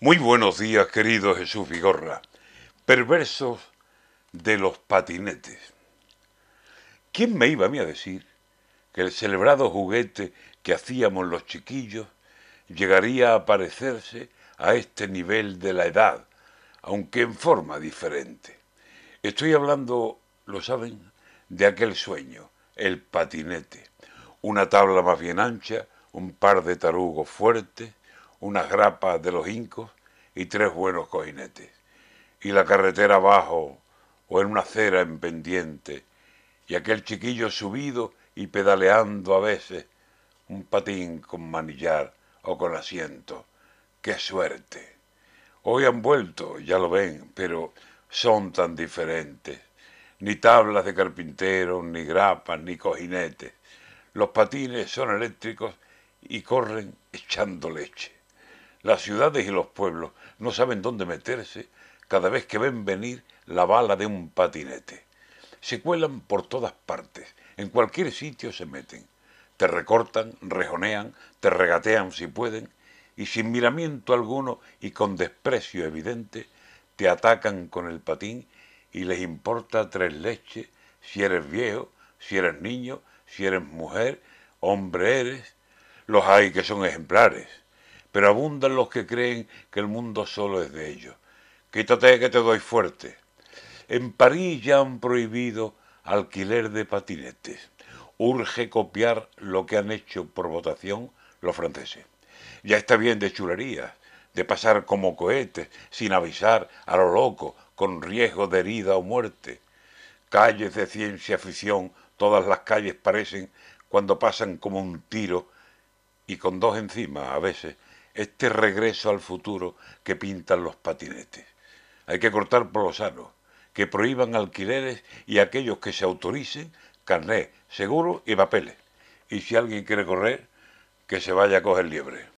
Muy buenos días, querido Jesús Vigorra. Perversos de los patinetes. ¿Quién me iba a mí a decir que el celebrado juguete que hacíamos los chiquillos llegaría a parecerse a este nivel de la edad, aunque en forma diferente? Estoy hablando, lo saben, de aquel sueño, el patinete. Una tabla más bien ancha, un par de tarugos fuertes, unas grapas de los incos y tres buenos cojinetes. Y la carretera abajo o en una acera en pendiente, y aquel chiquillo subido y pedaleando a veces un patín con manillar o con asiento. ¡Qué suerte! Hoy han vuelto, ya lo ven, pero son tan diferentes. Ni tablas de carpintero, ni grapas, ni cojinetes. Los patines son eléctricos y corren echando leche. Las ciudades y los pueblos no saben dónde meterse cada vez que ven venir la bala de un patinete. Se cuelan por todas partes, en cualquier sitio se meten. Te recortan, rejonean, te regatean si pueden, y sin miramiento alguno y con desprecio evidente, te atacan con el patín y les importa tres leches si eres viejo, si eres niño, si eres mujer, hombre eres. Los hay que son ejemplares, pero abundan los que creen que el mundo solo es de ellos. Quítate que te doy fuerte. En París ya han prohibido alquiler de patinetes. Urge copiar lo que han hecho por votación los franceses. Ya está bien de chulerías, de pasar como cohetes, sin avisar, a lo loco, con riesgo de herida o muerte. Calles de ciencia ficción, todas las calles parecen, cuando pasan como un tiro, y con dos encima, a veces, este regreso al futuro que pintan los patinetes. Hay que cortar por lo sano, que prohíban alquileres y aquellos que se autoricen, carné, seguro y papeles. Y si alguien quiere correr, que se vaya a coger liebre.